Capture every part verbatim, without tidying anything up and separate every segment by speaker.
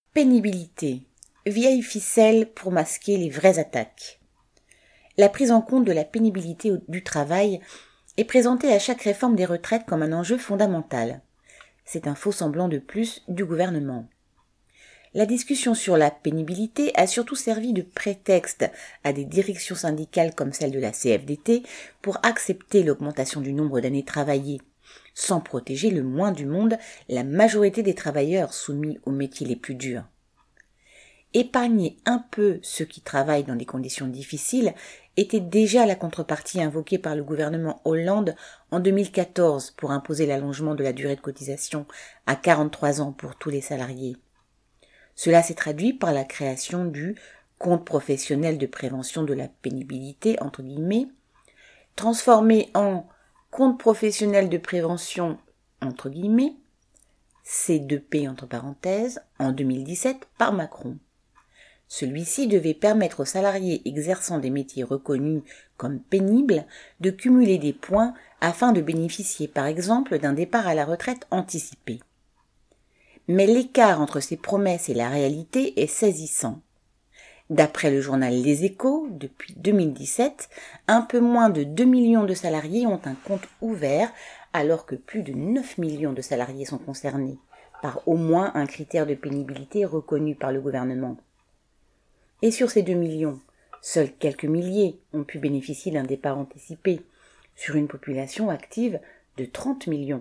Speaker 1: Pénibilité, vieille ficelle pour masquer les vraies attaques. La prise en compte de la pénibilité du travail est présentée à chaque réforme des retraites comme un enjeu fondamental. C'est un faux semblant de plus du gouvernement. La discussion sur la pénibilité a surtout servi de prétexte à des directions syndicales comme celle de la C F D T pour accepter l'augmentation du nombre d'années travaillées, sans protéger le moins du monde la majorité des travailleurs soumis aux métiers les plus durs. Épargner un peu ceux qui travaillent dans des conditions difficiles était déjà la contrepartie invoquée par le gouvernement Hollande en deux mille quatorze pour imposer l'allongement de la durée de cotisation à quarante-trois ans pour tous les salariés. Cela s'est traduit par la création du compte professionnel de prévention de la pénibilité, entre guillemets, transformé en compte professionnel de prévention, entre guillemets, C deux P entre parenthèses, en deux mille dix-sept par Macron. Celui-ci devait permettre aux salariés exerçant des métiers reconnus comme pénibles de cumuler des points afin de bénéficier par exemple d'un départ à la retraite anticipé. Mais l'écart entre ces promesses et la réalité est saisissant. D'après le journal Les Échos, depuis deux mille dix-sept, un peu moins de deux millions de salariés ont un compte ouvert alors que plus de neuf millions de salariés sont concernés par au moins un critère de pénibilité reconnu par le gouvernement. Et sur ces deux millions, seuls quelques milliers ont pu bénéficier d'un départ anticipé, sur une population active de trente millions.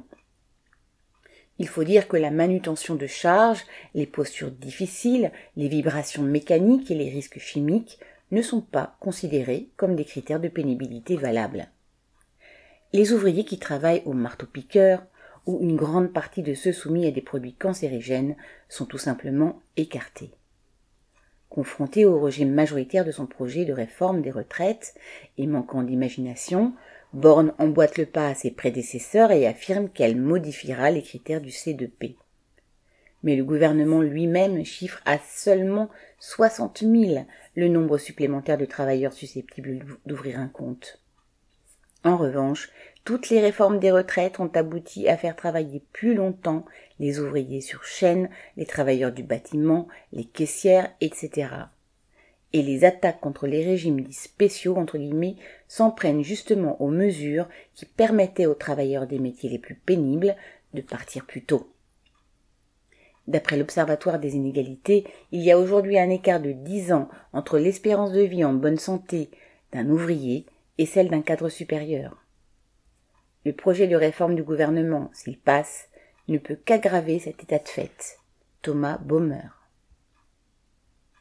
Speaker 1: Il faut dire que la manutention de charges, les postures difficiles, les vibrations mécaniques et les risques chimiques ne sont pas considérés comme des critères de pénibilité valables. Les ouvriers qui travaillent au marteau-piqueur ou une grande partie de ceux soumis à des produits cancérigènes sont tout simplement écartés. Confronté au rejet majoritaire de son projet de réforme des retraites et manquant d'imagination, Borne emboîte le pas à ses prédécesseurs et affirme qu'elle modifiera les critères du C deux P. Mais le gouvernement lui-même chiffre à seulement soixante mille le nombre supplémentaire de travailleurs susceptibles d'ouvrir un compte. En revanche, toutes les réformes des retraites ont abouti à faire travailler plus longtemps les ouvriers sur chaîne, les travailleurs du bâtiment, les caissières, et cetera. Et les attaques contre les régimes dits spéciaux, entre guillemets, s'en prennent justement aux mesures qui permettaient aux travailleurs des métiers les plus pénibles de partir plus tôt. D'après l'Observatoire des inégalités, il y a aujourd'hui un écart de dix ans entre l'espérance de vie en bonne santé d'un ouvrier et celle d'un cadre supérieur. Le projet de réforme du gouvernement, s'il passe, ne peut qu'aggraver cet état de fait. Thomas Baumer.